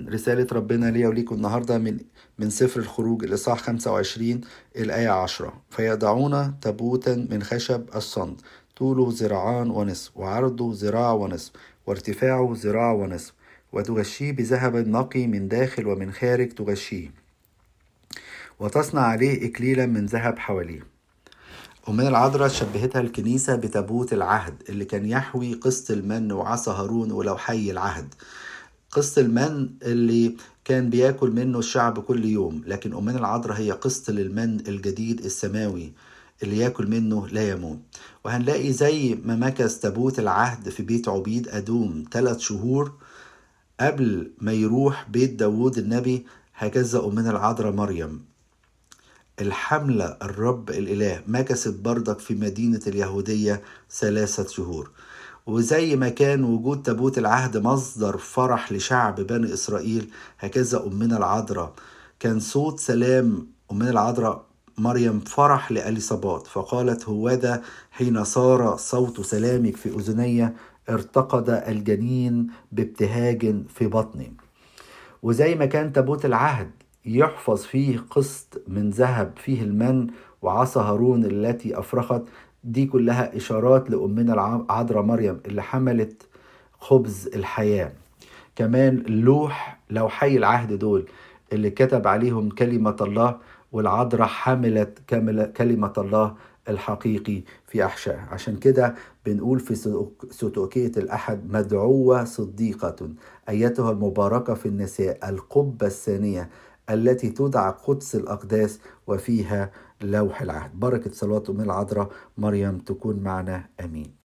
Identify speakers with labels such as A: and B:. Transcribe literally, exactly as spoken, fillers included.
A: رسالة ربنا ليا وليكم النهاردة من من سفر الخروج الإصحاح خمسة وعشرين الآية عشرة. فيضعون تابوتا من خشب الصند، طوله ذراعان ونصف، وعرضه ذراع ونصف، وارتفاعه ذراع ونصف، وتغشيه بذهب نقي من داخل ومن خارج تغشيه، وتصنع عليه إكليلا من ذهب حواليه. أمنا العذراء شبهتها الكنيسة بتابوت العهد اللي كان يحوي قسط المن وعصا هارون ولوحي العهد. قسط المن اللي كان بياكل منه الشعب كل يوم، لكن أمنا العذراء هي قسط للمن الجديد السماوي اللي ياكل منه لا يموت. وهنلاقي زي ما مكث تابوت العهد في بيت عبيد أدوم ثلاث شهور قبل ما يروح بيت داود النبي، هكذا أمنا العذراء مريم الحملة الرب الإله مكثت بردك في مدينة اليهودية ثلاثة شهور. وزي ما كان وجود تابوت العهد مصدر فرح لشعب بني إسرائيل، هكذا أمنا العذراء كان صوت سلام أمنا العذراء مريم فرح لأليصابات، فقالت: هوذا حين صار صوت سلامك في أذني ارتقد الجنين بابتهاج في بطني. وزي ما كان تابوت العهد يحفظ فيه قسط من ذهب فيه المن وعصا هارون التي أفرخت، دي كلها إشارات لأمنا العذراء مريم اللي حملت خبز الحياة. كمان اللوح لوحي العهد دول اللي كتب عليهم كلمة الله، والعذراء حملت كلمة الله الحقيقي في أحشائها. عشان كده بنقول في ستوكية الأحد: مدعوة صديقة أيتها المباركة في النساء، القبة الثانية التي تدعى قدس الأقداس وفيها لوح العهد. بركة صلاة أم العذراء مريم تكون معنا، آمين.